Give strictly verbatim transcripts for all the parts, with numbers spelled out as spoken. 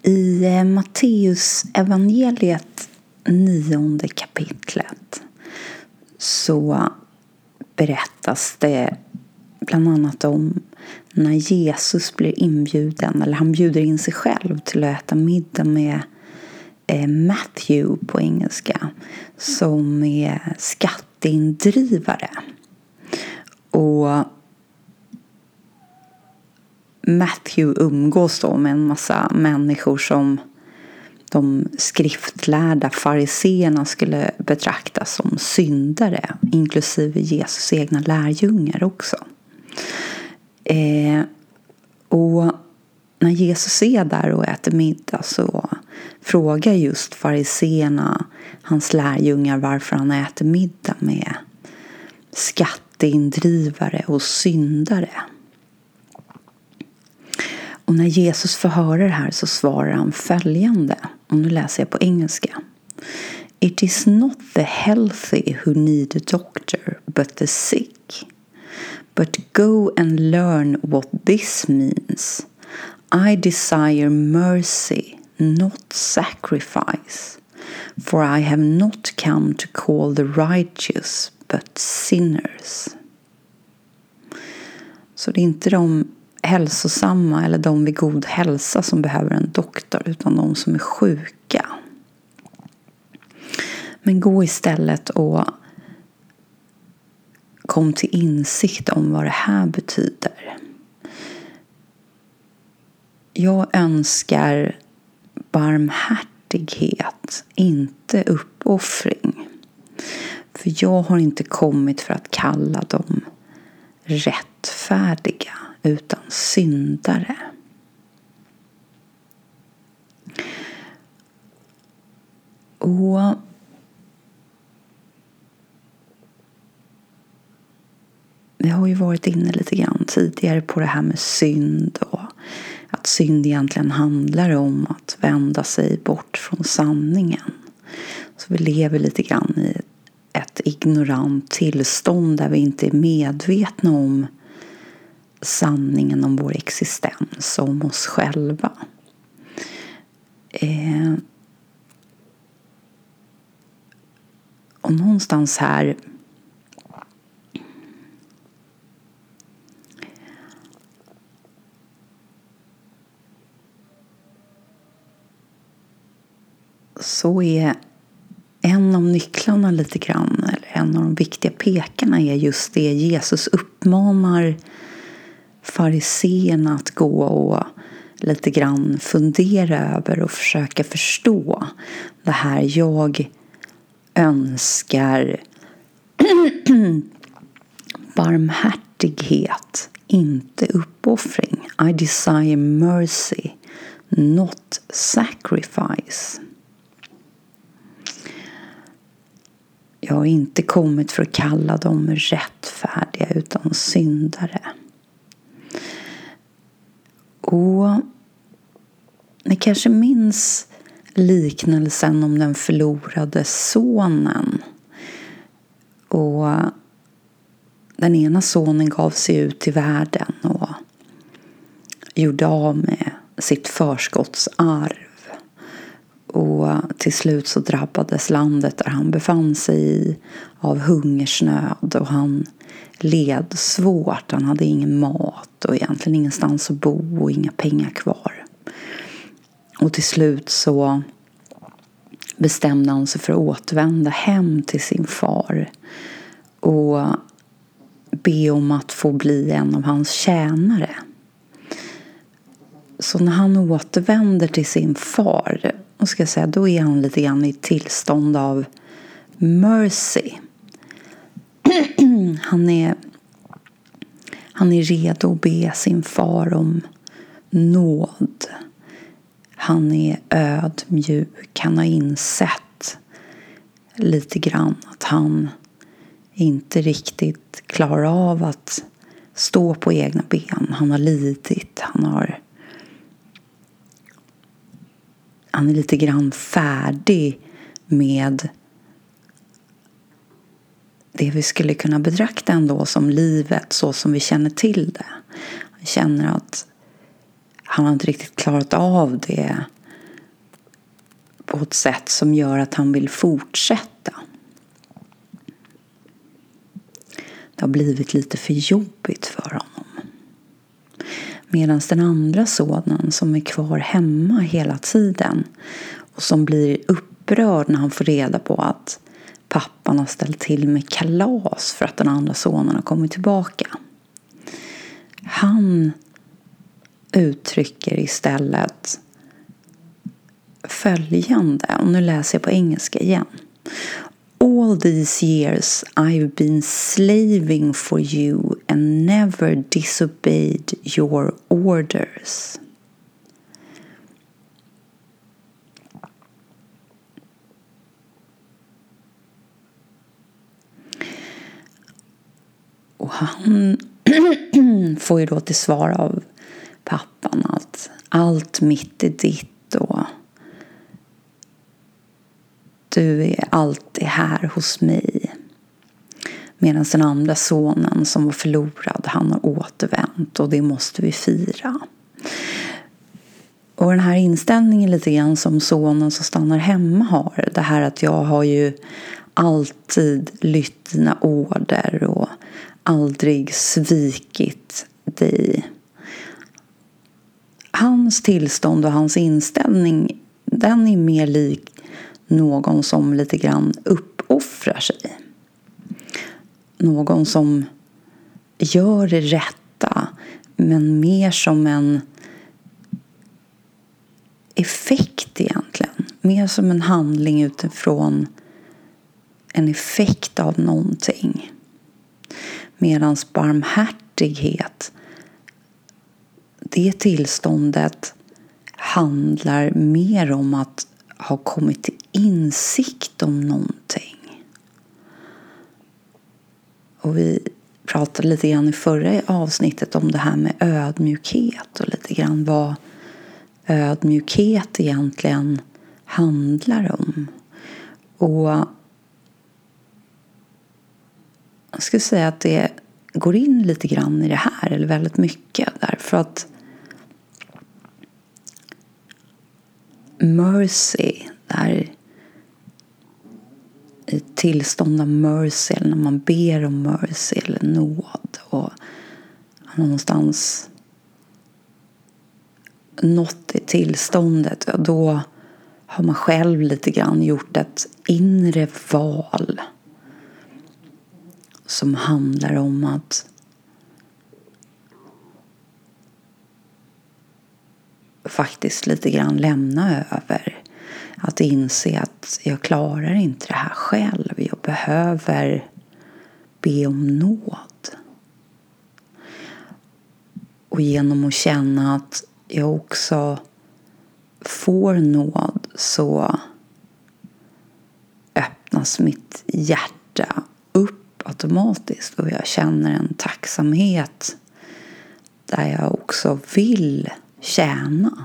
I Matteus evangeliet nionde kapitlet så berättas det bland annat om när Jesus blir inbjuden, eller han bjuder in sig själv till att äta middag med Matthew på engelska, som är skatteindrivare. Och Matthew umgås då med en massa människor som de skriftlärda fariseerna skulle betrakta som syndare, inklusive Jesus egna lärjungar också. Eh, och när Jesus är där och äter middag så frågar just fariseerna hans lärjungar varför han äter middag med skatteindrivare och syndare. Och när Jesus får höra det här så svarar han följande, och nu läser jag på engelska. It is not the healthy who need a doctor, but the sick. But go and learn what this means. I desire mercy, not sacrifice. For I have not come to call the righteous, but sinners. Så det är inte de hälsosamma eller de vid god hälsa som behöver en doktor, utan de som är sjuka. Men gå istället och kom till insikt om vad det här betyder. Jag önskar barmhärtighet, inte uppoffring. För jag har inte kommit för att kalla dem rättfärdiga, utan syndare. Och vi har ju varit inne lite grann tidigare på det här med synd, och att synd egentligen handlar om att vända sig bort från sanningen. Så vi lever lite grann i ett ignorant tillstånd där vi inte är medvetna om sanningen om vår existens, om oss själva. Eh, och någonstans här så är en av nycklarna lite grann, eller en av de viktiga pekarna, är just det Jesus uppmanar fariseerna att gå och lite grann fundera över och försöka förstå det här. Jag önskar barmhärtighet, inte uppoffring. I desire mercy, not sacrifice. Jag har inte kommit för att kalla dem rättfärdiga, utan syndare. Och ni kanske minns liknelsen om den förlorade sonen. Och den ena sonen gav sig ut i världen och gjorde av med sitt förskottsarv. Och till slut så drabbades landet där han befann sig i av hungersnöd, och han led svårt. Han hade ingen mat och egentligen ingenstans att bo och inga pengar kvar. Och till slut så bestämde han sig för att återvända hem till sin far och be om att få bli en av hans tjänare. Så när han återvänder till sin far, och ska jag säga, då är han lite grann i tillstånd av mercy. Han är, han är redo att be sin far om nåd. Han är ödmjuk. Han har insett lite grann att han inte riktigt klarar av att stå på egna ben. Han har lidit. Han har Han är lite grann färdig med det vi skulle kunna betrakta ändå som livet så som vi känner till det. Han känner att han inte riktigt klarat av det på ett sätt som gör att han vill fortsätta. Det har blivit lite för jobbigt för honom. Medan den andra sonen som är kvar hemma hela tiden och som blir upprörd när han får reda på att pappan har ställt till med kalas för att den andra sonen har kommit tillbaka. Han uttrycker istället följande, och nu läser jag på engelska igen. All these years I've been slaving for you and never disobeyed your orders. Och han får ju då till svar av pappan att allt mitt är ditt och du är alltid här hos mig. Medan den andra sonen som var förlorad, han har återvänt och det måste vi fira. Och den här inställningen lite grann som sonen som stannar hemma har. Det här att jag har ju alltid lytt dina order och aldrig svikit dig. Hans tillstånd och hans inställning, den är mer lik någon som lite grann uppoffrar sig. Någon som gör det rätta, men mer som en effekt egentligen. Mer som en handling utifrån en effekt av någonting. Medans barmhärtighet, det tillståndet handlar mer om att ha kommit till insikt om någonting. Och vi pratade lite grann i förra avsnittet om det här med ödmjukhet och lite grann vad ödmjukhet egentligen handlar om. Och jag skulle säga att det går in lite grann i det här, eller väldigt mycket, därför att mercy, där i tillstånd av mercy, eller när man ber om mercy eller nåd och någonstans nått i tillståndet, och då har man själv lite grann gjort ett inre val som handlar om att faktiskt lite grann lämna över. Att inse att jag klarar inte det här själv. Jag behöver be om nåd. Och genom att känna att jag också får nåd så öppnas mitt hjärta upp automatiskt. Och jag känner en tacksamhet där jag också vill tjäna.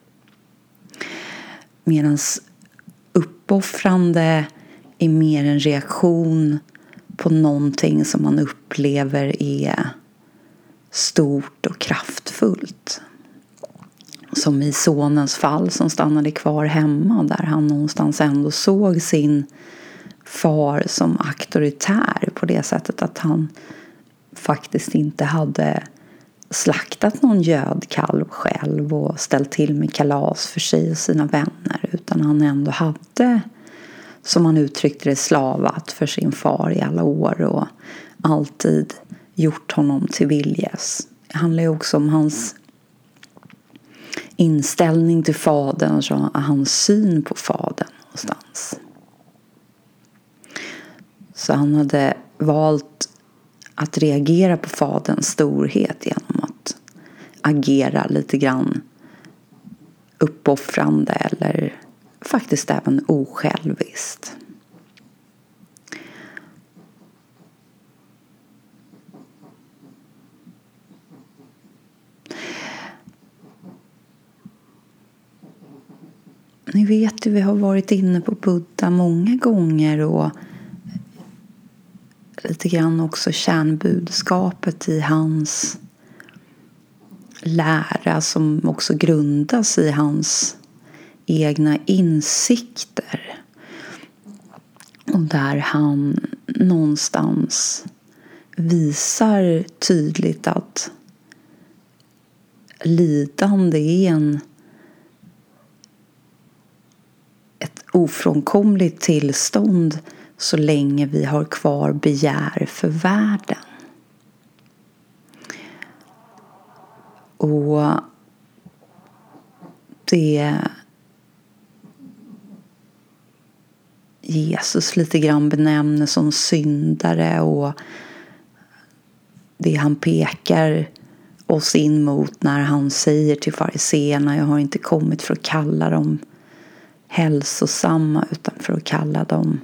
Medan uppoffrande är mer en reaktion på någonting som man upplever är stort och kraftfullt. Som i sonens fall som stannade kvar hemma, där han någonstans ändå såg sin far som auktoritär på det sättet att han faktiskt inte hade slaktat någon gödkalv själv och ställt till med kalas för sig och sina vänner, utan han ändå hade, som han uttryckte det, slavat för sin far i alla år och alltid gjort honom till viljes. Det handlar ju också om hans inställning till fadern och hans syn på fadern någonstans. Så han hade valt att reagera på faderns storhet genom att agera lite grann uppoffrande eller faktiskt även osjälviskt. Ni vet ju, vi har varit inne på Buddha många gånger och lite grann också kärnbudskapet i hans lära som också grundas i hans egna insikter. Och där han någonstans visar tydligt att lidande är en, ett ofrånkomligt tillstånd så länge vi har kvar begär för världen. Och det Jesus lite grann benämner som syndare och det han pekar oss in mot när han säger till fariseerna: jag har inte kommit för att kalla dem hälsosamma utan för att kalla dem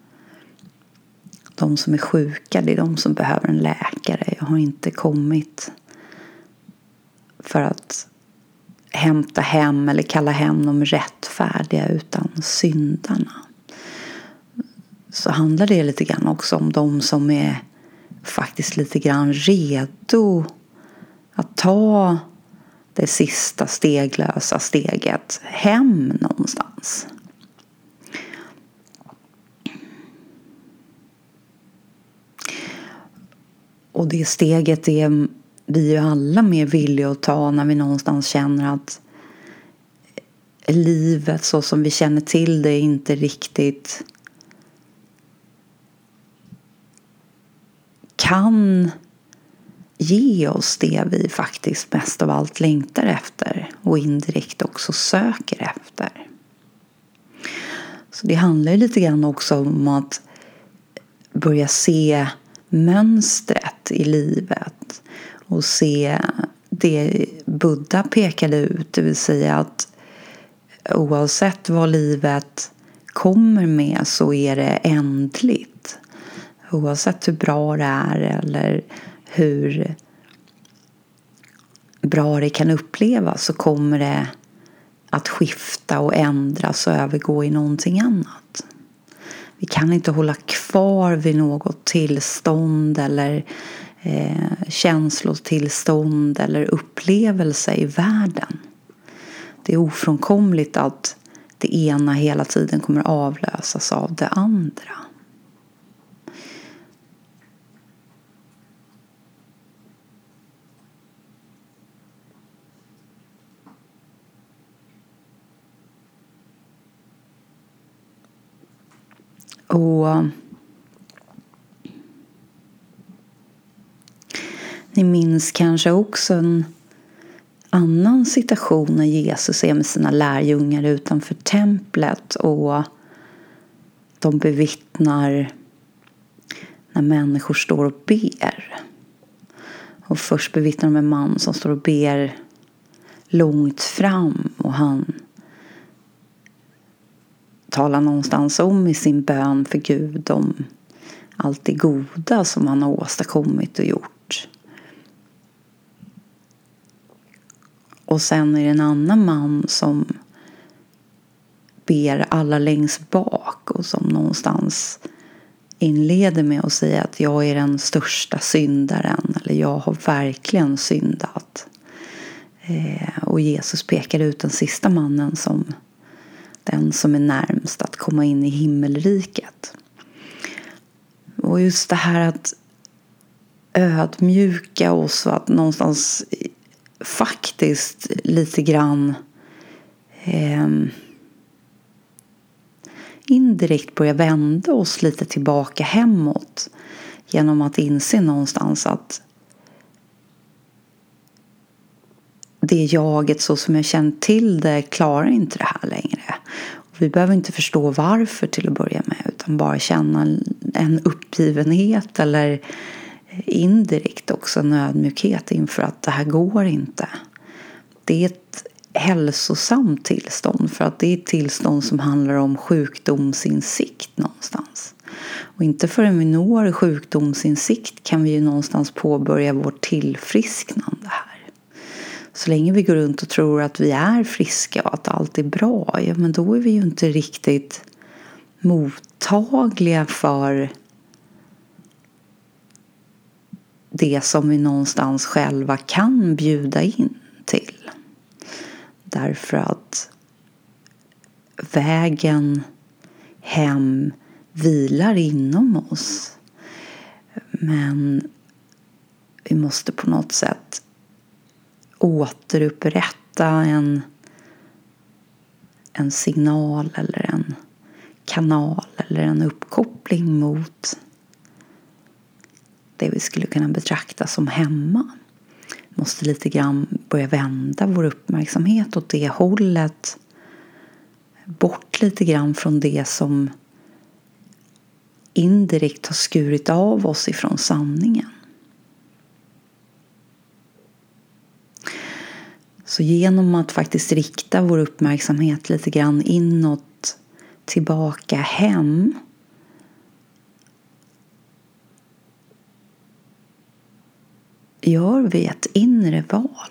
de som är sjuka. Det är de som behöver en läkare. Jag har inte kommit för att hämta hem eller kalla hem de rättfärdiga utan syndarna. Så handlar det lite grann också om de som är faktiskt lite grann redo att ta det sista steglösa steget hem någonstans. Och det steget är vi ju alla mer villiga att ta när vi någonstans känner att livet så som vi känner till det inte riktigt kan ge oss det vi faktiskt mest av allt längtar efter och indirekt också söker efter. Så det handlar ju lite grann också om att börja se mönstret i livet och se det Buddha pekade ut, det vill säga att oavsett vad livet kommer med så är det ändligt. Oavsett hur bra det är eller hur bra det kan upplevas så kommer det att skifta och ändras och övergå i någonting annat. Vi kan inte hålla kvar vid något tillstånd eller eh, känslotillstånd eller upplevelse i världen. Det är ofrånkomligt att det ena hela tiden kommer avlösas av det andra. Och ni minns kanske också en annan situation när Jesus är med sina lärjungar utanför templet och de bevittnar när människor står och ber. Och först bevittnar de en man som står och ber långt fram och han talar någonstans om i sin bön för Gud om allt det goda som han har åstadkommit och gjort. Och sen är det en annan man som ber alla längst bak och som någonstans inleder med att säga att jag är den största syndaren eller jag har verkligen syndat. Eh, och Jesus pekar ut den sista mannen som den som är närmst att komma in i himmelriket. Och just det här att ödmjuka oss och att någonstans faktiskt lite grann eh, indirekt börja vända oss lite tillbaka hemåt genom att inse någonstans att det jaget så som jag känt till det klarar inte det här längre. Och vi behöver inte förstå varför till att börja med utan bara känna en uppgivenhet eller indirekt också en ödmjukhet inför att det här går inte. Det är ett hälsosamt tillstånd för att det är ett tillstånd som handlar om sjukdomsinsikt någonstans. Och inte förrän vi når sjukdomsinsikt kan vi ju någonstans påbörja vårt tillfrisknande här. Så länge vi går runt och tror att vi är friska och att allt är bra, ja men då är vi ju inte riktigt mottagliga för det som vi någonstans själva kan bjuda in till. Därför att vägen hem vilar inom oss. Men vi måste på något sätt återupprätta en, en signal eller en kanal eller en uppkoppling mot det vi skulle kunna betrakta som hemma. Vi måste lite grann börja vända vår uppmärksamhet åt det hållet. Bort lite grann från det som indirekt har skurit av oss ifrån sanningen. Så genom att faktiskt rikta vår uppmärksamhet lite grann inåt, tillbaka hem, gör vi ett inre val.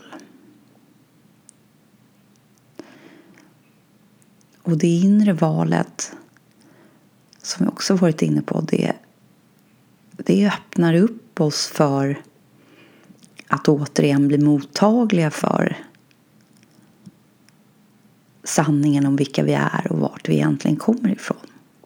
Och det inre valet, som vi också varit inne på, det, det öppnar upp oss för att återigen bli mottagliga för sanningen om vilka vi är och vart vi egentligen kommer ifrån.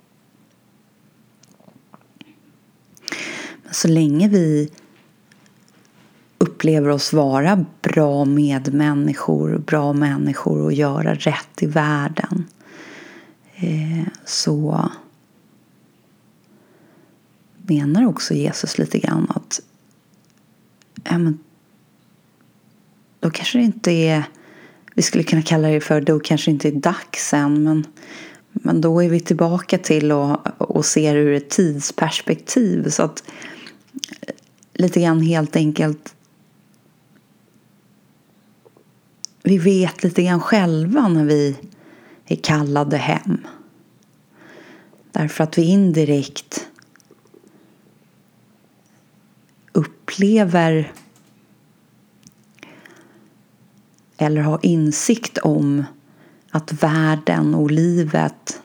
Men så länge vi upplever oss vara bra medmänniskor, bra människor och göra rätt i världen, eh, så menar också Jesus lite grann att ja, men, då kanske det inte är, vi skulle kunna kalla det för, då kanske det inte är dags än, men, men då är vi tillbaka till och, och ser ur ett tidsperspektiv. Så att lite grann helt enkelt, vi vet lite grann själva när vi är kallade hem. Därför att vi indirekt upplever eller har insikt om att världen och livet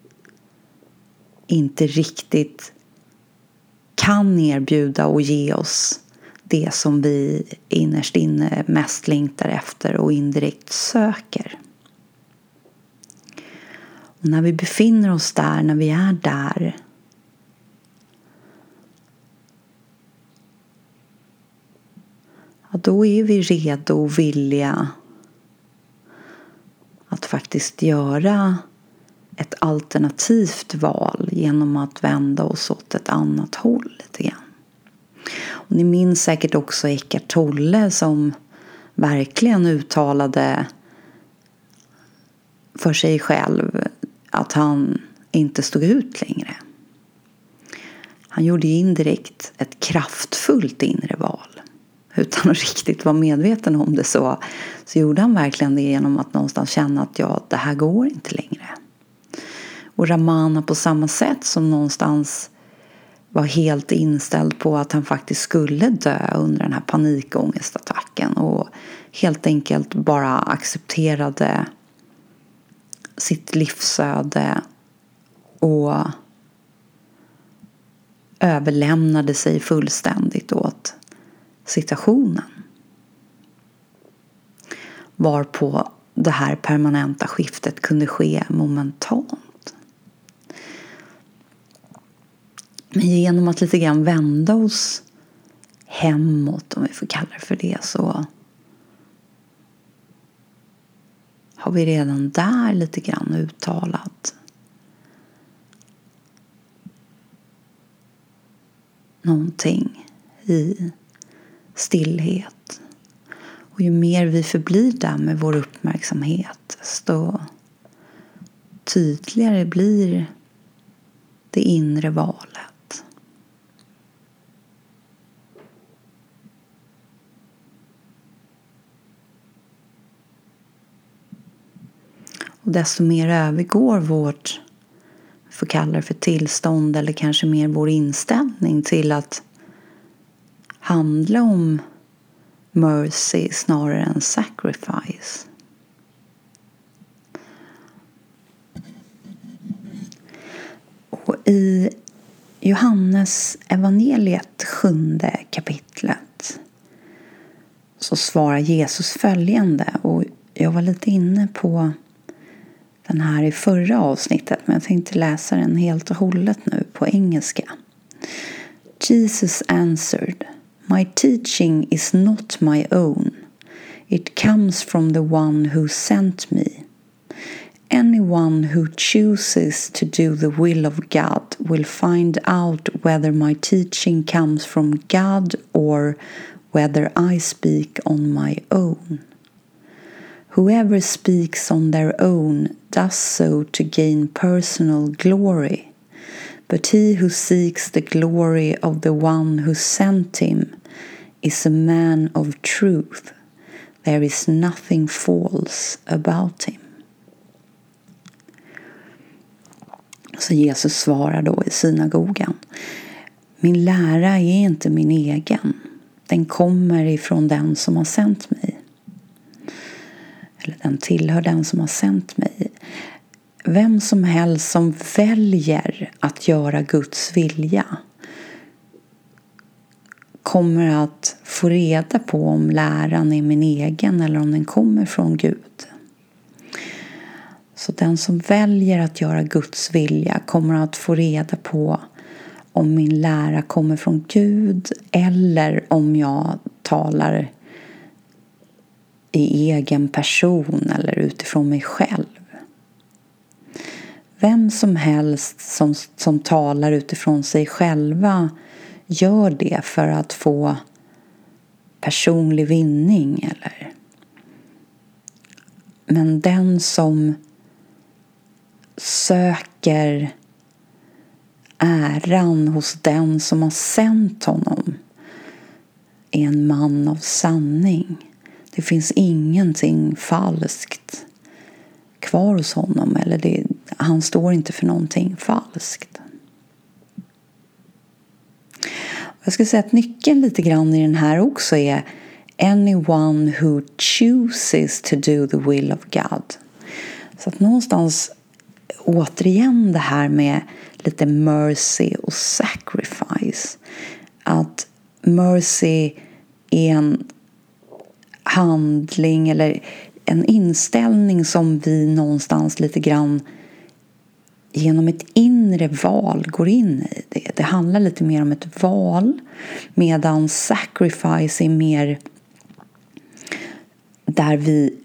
inte riktigt kan erbjuda och ge oss det som vi innerst inne mest längtar efter och indirekt söker. Och när vi befinner oss där, när vi är där, ja, då är vi redo och villiga att faktiskt göra ett alternativt val genom att vända oss åt ett annat håll lite grann. Och ni minns säkert också Eckart Tolle som verkligen uttalade för sig själv att han inte stod ut längre. Han gjorde indirekt ett kraftfullt inre val. Utan att riktigt vara medveten om det så, så gjorde han verkligen det genom att någonstans känna att ja, det här går inte längre. Och Ramana på samma sätt som någonstans var helt inställd på att han faktiskt skulle dö under den här panikångestattacken och helt enkelt bara accepterade sitt livsöde och överlämnade sig fullständigt åt situationen. Varpå det här permanenta skiftet kunde ske momentant. Men genom att lite grann vända oss hemåt, om vi får kalla det för det, så har vi redan där lite grann uttalat någonting i stillhet. Och ju mer vi förblir där med vår uppmärksamhet, desto tydligare blir det inre valet. Och desto mer övergår vårt, vi får kalla det för tillstånd, eller kanske mer vår inställning till att handla om mercy snarare än sacrifice. Och i Johannes evangeliet sjunde kapitlet så svarar Jesus följande, och jag var lite inne på den här i förra avsnittet, men jag tänkte läsa den helt och hållet nu på engelska. Jesus answered, "My teaching is not my own. It comes from the one who sent me. Anyone who chooses to do the will of God will find out whether my teaching comes from God or whether I speak on my own. Whoever speaks on their own does so to gain personal glory. But he who seeks the glory of the one who sent him is a man of truth. There is nothing false about him." Så Jesus svarar då i synagogan: "Min lära är inte min egen. Den kommer ifrån den som har sänt mig. Eller den tillhör den som har sänt mig. Vem som helst som väljer att göra Guds vilja kommer att få reda på om läran är min egen eller om den kommer från Gud. Så den som väljer att göra Guds vilja kommer att få reda på om min lära kommer från Gud eller om jag talar i egen person eller utifrån mig själv. Vem som helst som, som talar utifrån sig själva gör det för att få personlig vinning eller. Men den som söker äran hos den som har sänt honom är en man av sanning. Det finns ingenting falskt kvar hos honom. Eller det, han står inte för någonting falskt. Jag ska säga att nyckeln lite grann i den här också är anyone who chooses to do the will of God. Så att någonstans återigen det här med lite mercy och sacrifice. Att mercy är en handling eller en inställning som vi någonstans lite grann genom ett inre val går in i. Det, det handlar lite mer om ett val, medan sacrifice är mer där vi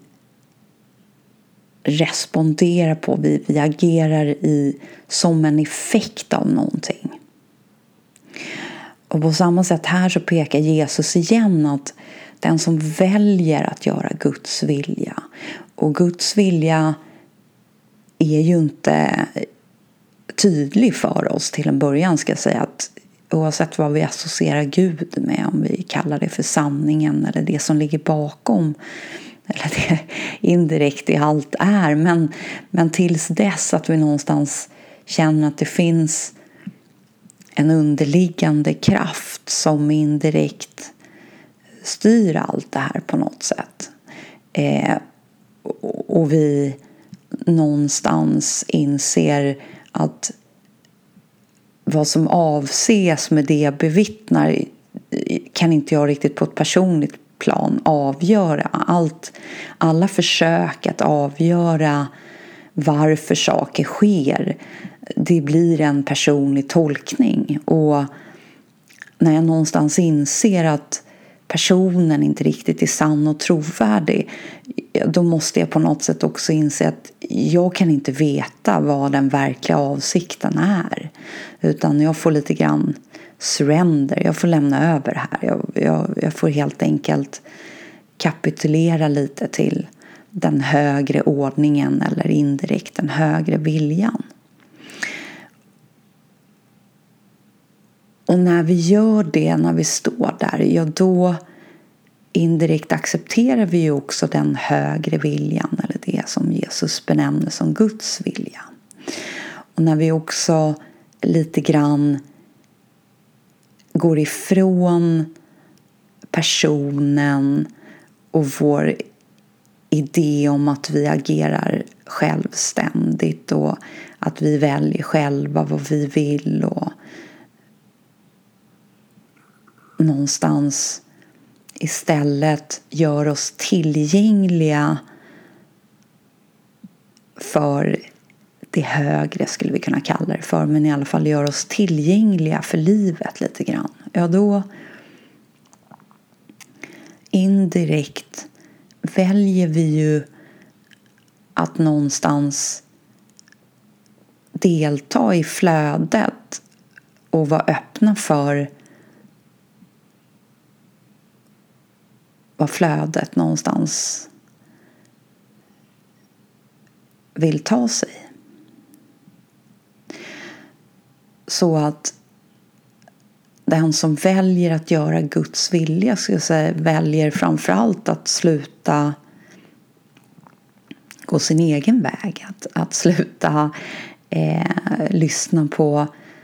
responderar på, vi, vi agerar i som en effekt av någonting. Och på samma sätt här så pekar Jesus igen att den som väljer att göra Guds vilja, och Guds vilja är ju inte tydlig för oss till en början, ska jag säga, att oavsett vad vi associerar Gud med, om vi kallar det för sanningen eller det som ligger bakom eller det indirekt i allt är, men, men tills dess att vi någonstans känner att det finns en underliggande kraft som indirekt styr allt det här på något sätt. Eh, och, och vi någonstans inser att vad som avses med det jag bevittnar kan inte jag riktigt på ett personligt plan avgöra. Allt, alla försök att avgöra varför saker sker, det blir en personlig tolkning. Och när jag någonstans inser att personen inte riktigt är sann och trovärdig, då måste jag på något sätt också inse att jag kan inte veta vad den verkliga avsikten är. Utan jag får lite grann surrender, jag får lämna över här. Jag, jag, jag får helt enkelt kapitulera lite till den högre ordningen eller indirekt den högre viljan. Och när vi gör det, när vi står där, ja då indirekt accepterar vi ju också den högre viljan, eller det som Jesus benämner som Guds vilja. Och när vi också lite grann går ifrån personen och vår idé om att vi agerar självständigt och att vi väljer själva vad vi vill och någonstans istället gör oss tillgängliga för det högre, skulle vi kunna kalla det för, men i alla fall gör oss tillgängliga för livet lite grann, ja då indirekt väljer vi ju att någonstans delta i flödet och vara öppna för vad flödet någonstans vill ta sig. Så att den som väljer att göra Guds vilja, ska jag säga, väljer framförallt att sluta gå sin egen väg. Att, att sluta eh, lyssna på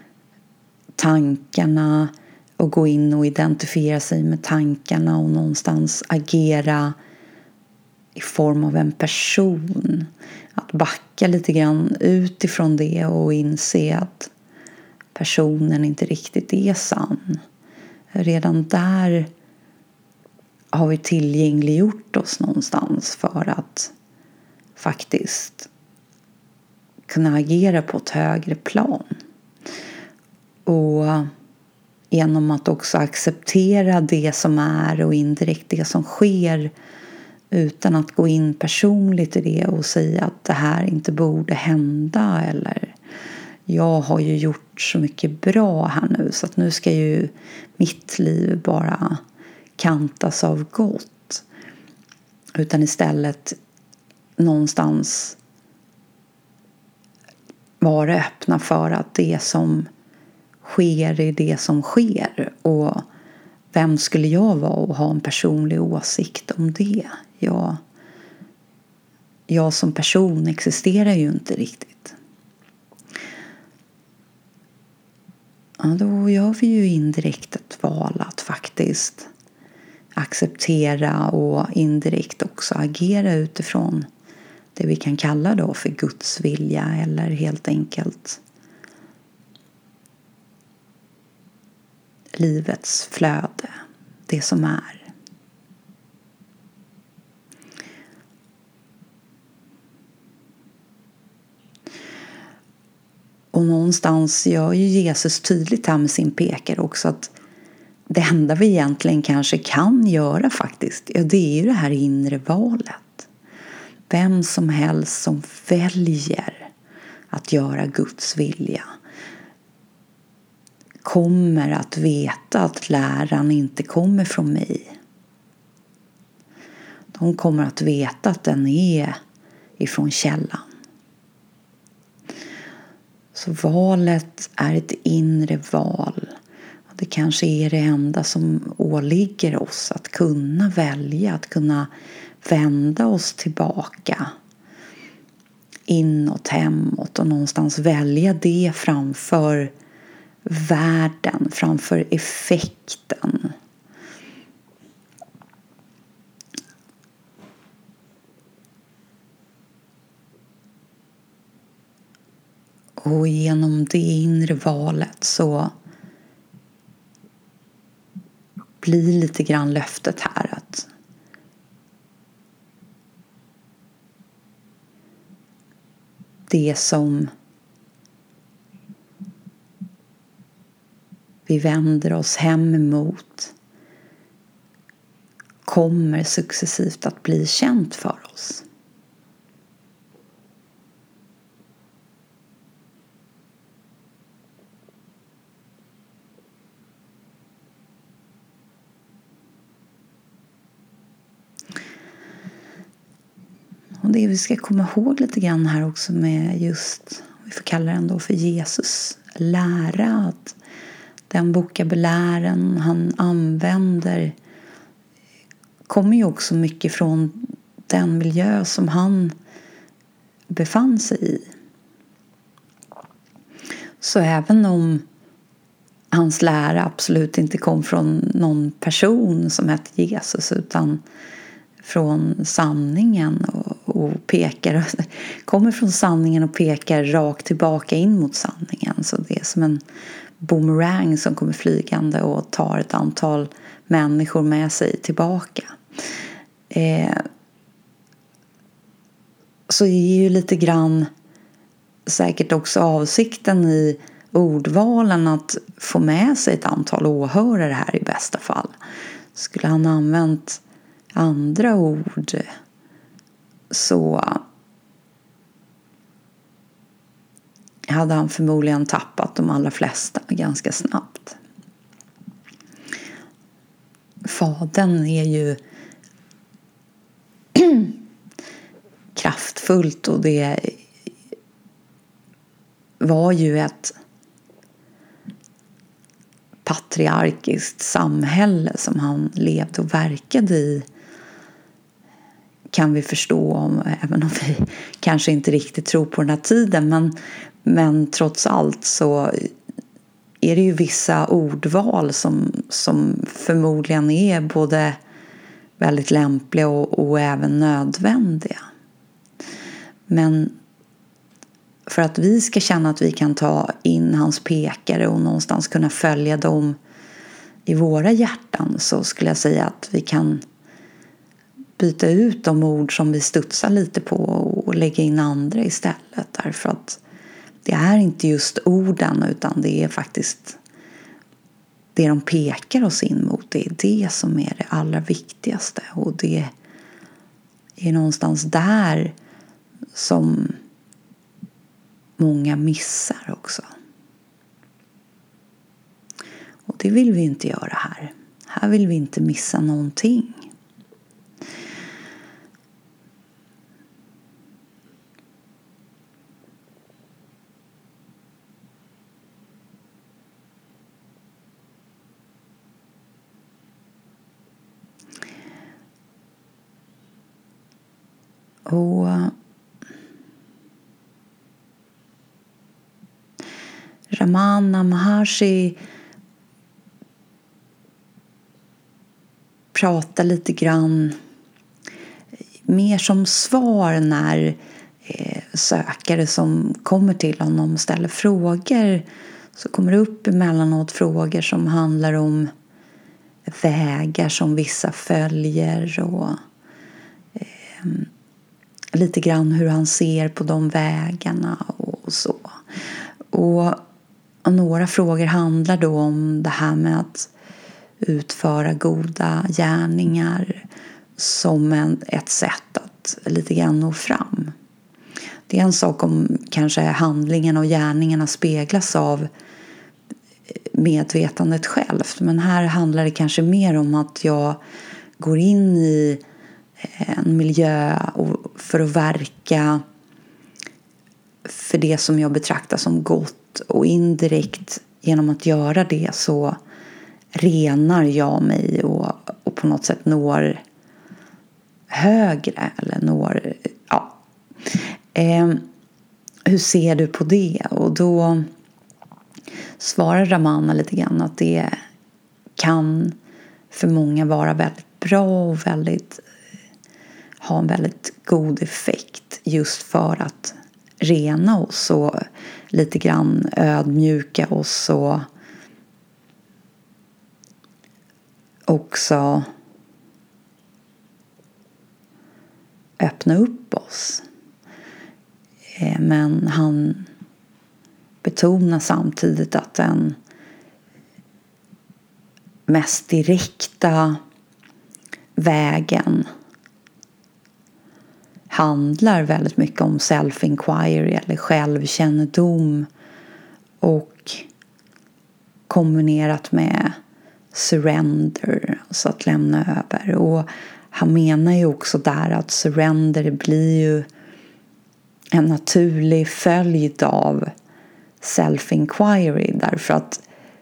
tankarna och gå in och identifiera sig med tankarna och någonstans agera i form av en person. Att backa lite grann utifrån det och inse att personen inte riktigt är sann. Redan där har vi tillgängliggjort oss någonstans för att faktiskt kunna agera på ett högre plan. Och genom att också acceptera det som är och indirekt det som sker, utan att gå in personligt i det och säga att det här inte borde hända, eller jag har ju gjort så mycket bra här nu så att nu ska ju mitt liv bara kantas av gott. Utan istället någonstans vara öppna för att det som sker är det som sker. Och vem skulle jag vara och ha en personlig åsikt om det? Jag, jag som person existerar ju inte riktigt. Ja, då gör vi ju indirekt ett val att faktiskt acceptera och indirekt också agera utifrån det vi kan kalla då för Guds vilja, eller helt enkelt livets flöde, det som är. Och någonstans gör ju Jesus tydligt här med sin pekare också att det enda vi egentligen kanske kan göra faktiskt, ja, det är ju det här inre valet. Vem som helst som väljer att göra Guds vilja kommer att veta att läran inte kommer från mig. De kommer att veta att den är ifrån källan. Så valet är ett inre val. Det kanske är det enda som åligger oss, att kunna välja, att kunna vända oss tillbaka inåt, hemåt och någonstans välja det framför världen, framför effekten. Och genom det inre valet så blir lite grann löftet här att det som vi vänder oss hem emot kommer successivt att bli känt för oss. Och det vi ska komma ihåg lite grann här också med just, vi får kalla den då för Jesus lära, att den vokabulären han använder kommer ju också mycket från den miljö som han befann sig i. Så även om hans lära absolut inte kom från någon person som hette Jesus, utan från sanningen och, och pekar, kommer från sanningen och pekar rakt tillbaka in mot sanningen. Så det är som en boomerang som kommer flygande och tar ett antal människor med sig tillbaka. Eh, så är ju lite grann säkert också avsikten i ordvalen att få med sig ett antal åhörare här i bästa fall. Skulle han använt andra ord så hade han förmodligen tappat de allra flesta ganska snabbt. Fadern är ju kraftfullt, och det var ju ett patriarkiskt samhälle som han levde och verkade i, kan vi förstå, om, även om vi kanske inte riktigt tror på den här tiden, men, men trots allt så är det ju vissa ordval som, som förmodligen är både väldigt lämpliga och, och även nödvändiga. Men för att vi ska känna att vi kan ta in hans pekare och någonstans kunna följa dem i våra hjärtan, så skulle jag säga att vi kan byta ut de ord som vi studsar lite på och lägga in andra istället. Därför att det är inte just orden, utan det är faktiskt det de pekar oss in mot. Det är det som är det allra viktigaste. Och det är någonstans där som många missar också. Och det vill vi inte göra här. Här vill vi inte missa någonting. Och Ramana Maharshi pratar lite grann mer som svar när eh, sökare som kommer till honom ställer frågor, så kommer det upp emellanåt frågor som handlar om vägar som vissa följer och eh, lite grann hur han ser på de vägarna och så. Och, och några frågor handlar då om det här med att utföra goda gärningar som en, ett sätt att lite grann nå fram. Det är en sak om kanske handlingen och gärningarna speglas av medvetandet självt. Men här handlar det kanske mer om att jag går in i en miljö för att verka för det som jag betraktar som gott, och indirekt genom att göra det så renar jag mig och, och på något sätt når högre eller når, ja. Eh, hur ser du på det? Och då svarar Ramana lite grann att det kan för många vara väldigt bra och väldigt ha en väldigt god effekt, just för att rena oss och lite grann ödmjuka oss och också öppna upp oss. Men han betonar samtidigt att den mest direkta vägen handlar väldigt mycket om self-inquiry eller självkännedom, och kombinerat med surrender, alltså att lämna över. Och han menar ju också där att surrender blir ju en naturlig följd av self-inquiry, därför att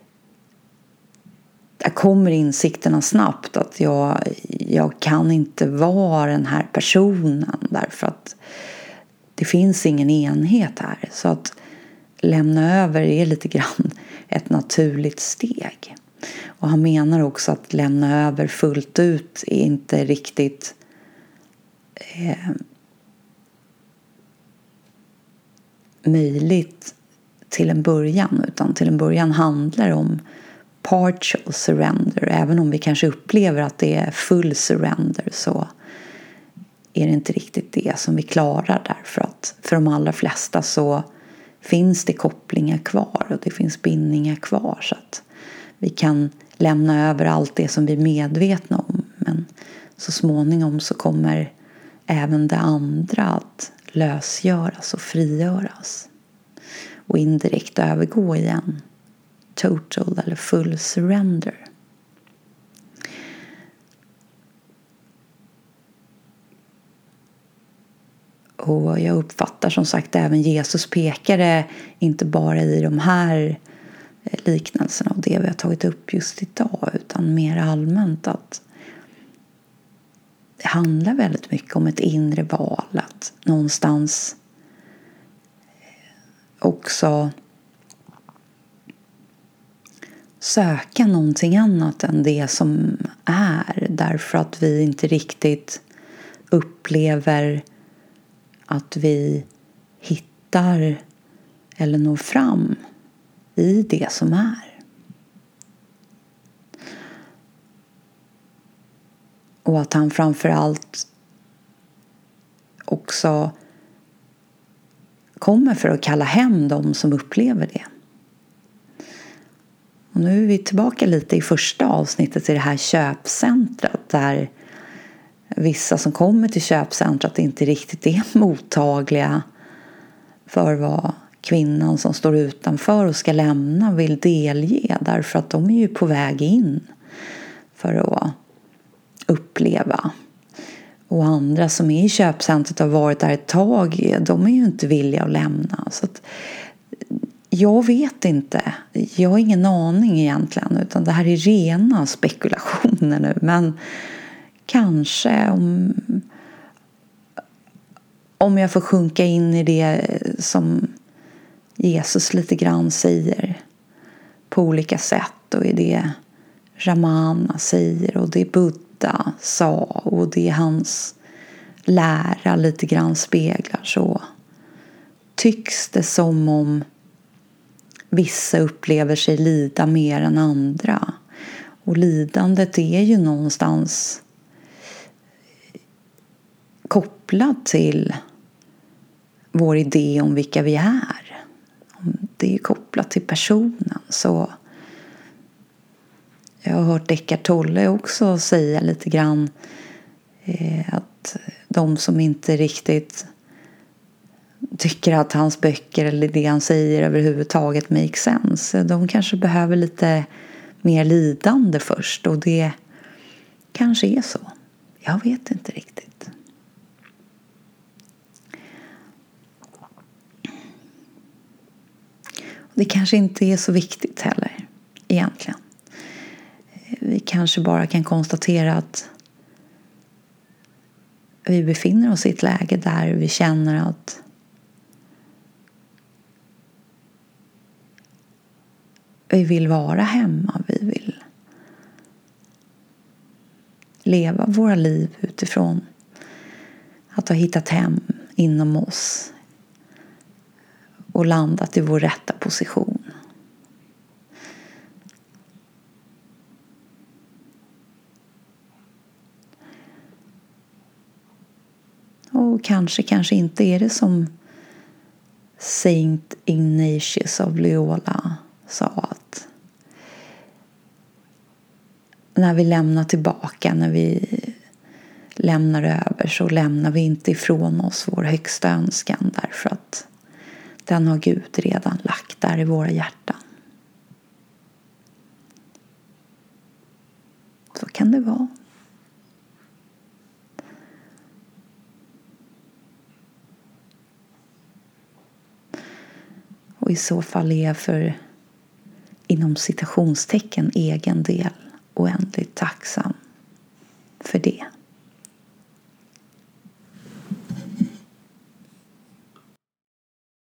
jag kommer insikterna snabbt att jag, jag kan inte vara den här personen, därför att det finns ingen enhet här. Så att lämna över är lite grann ett naturligt steg. Och han menar också att lämna över fullt ut är inte riktigt eh, möjligt till en början, utan till en början handlar det om partial surrender. Även om vi kanske upplever att det är full surrender, så är det inte riktigt det som vi klarar, därför att för de allra flesta så finns det kopplingar kvar och det finns bindningar kvar, så att vi kan lämna över allt det som vi är medvetna om, men så småningom så kommer även det andra att lösgöras och frigöras och indirekt övergå i en total eller full surrender. Och jag uppfattar som sagt även Jesus pekade inte bara i de här liknelserna och det vi har tagit upp just idag, utan mer allmänt att det handlar väldigt mycket om ett inre val, att någonstans också söka någonting annat än det som är, därför att vi inte riktigt upplever att vi hittar eller når fram i det som är. Och att han framförallt också kommer för att kalla hem dem som upplever det. Och nu är vi tillbaka lite i första avsnittet i det här köpcentret, där vissa som kommer till köpcentret inte riktigt är mottagliga för vad kvinnan som står utanför och ska lämna vill delge, därför att de är ju på väg in för att uppleva. Och andra som är i köpcentret har varit där ett tag, de är ju inte villiga att lämna. Så att jag vet inte, jag har ingen aning egentligen, utan det här är rena spekulationer nu. Men kanske om, om jag får sjunka in i det som Jesus lite grann säger på olika sätt, och i det Ramana säger och det Buddha sa och det hans lära lite grann speglar, så tycks det som om vissa upplever sig lida mer än andra. Och lidandet är ju någonstans kopplat till vår idé om vilka vi är. Det är kopplat till personen. Så jag har hört Eckart Tolle också säga lite grann eh, att de som inte riktigt tycker att hans böcker eller det han säger överhuvudtaget make sense, de kanske behöver lite mer lidande först, och det kanske är så. Jag vet inte riktigt. Det kanske inte är så viktigt heller egentligen. Vi kanske bara kan konstatera att vi befinner oss i ett läge där vi känner att vi vill vara hemma. Vi vill leva våra liv utifrån att ha hittat hem inom oss och landat i vår rätta position. Och kanske, kanske inte är det som Saint Ignatius of Loyola sa, att när vi lämnar tillbaka, när vi lämnar över, så lämnar vi inte ifrån oss vår högsta önskan, därför att den har Gud redan lagt där i våra hjärtan. Så kan det vara. Och i så fall är jag för, inom citationstecken, egen del oändligt tacksam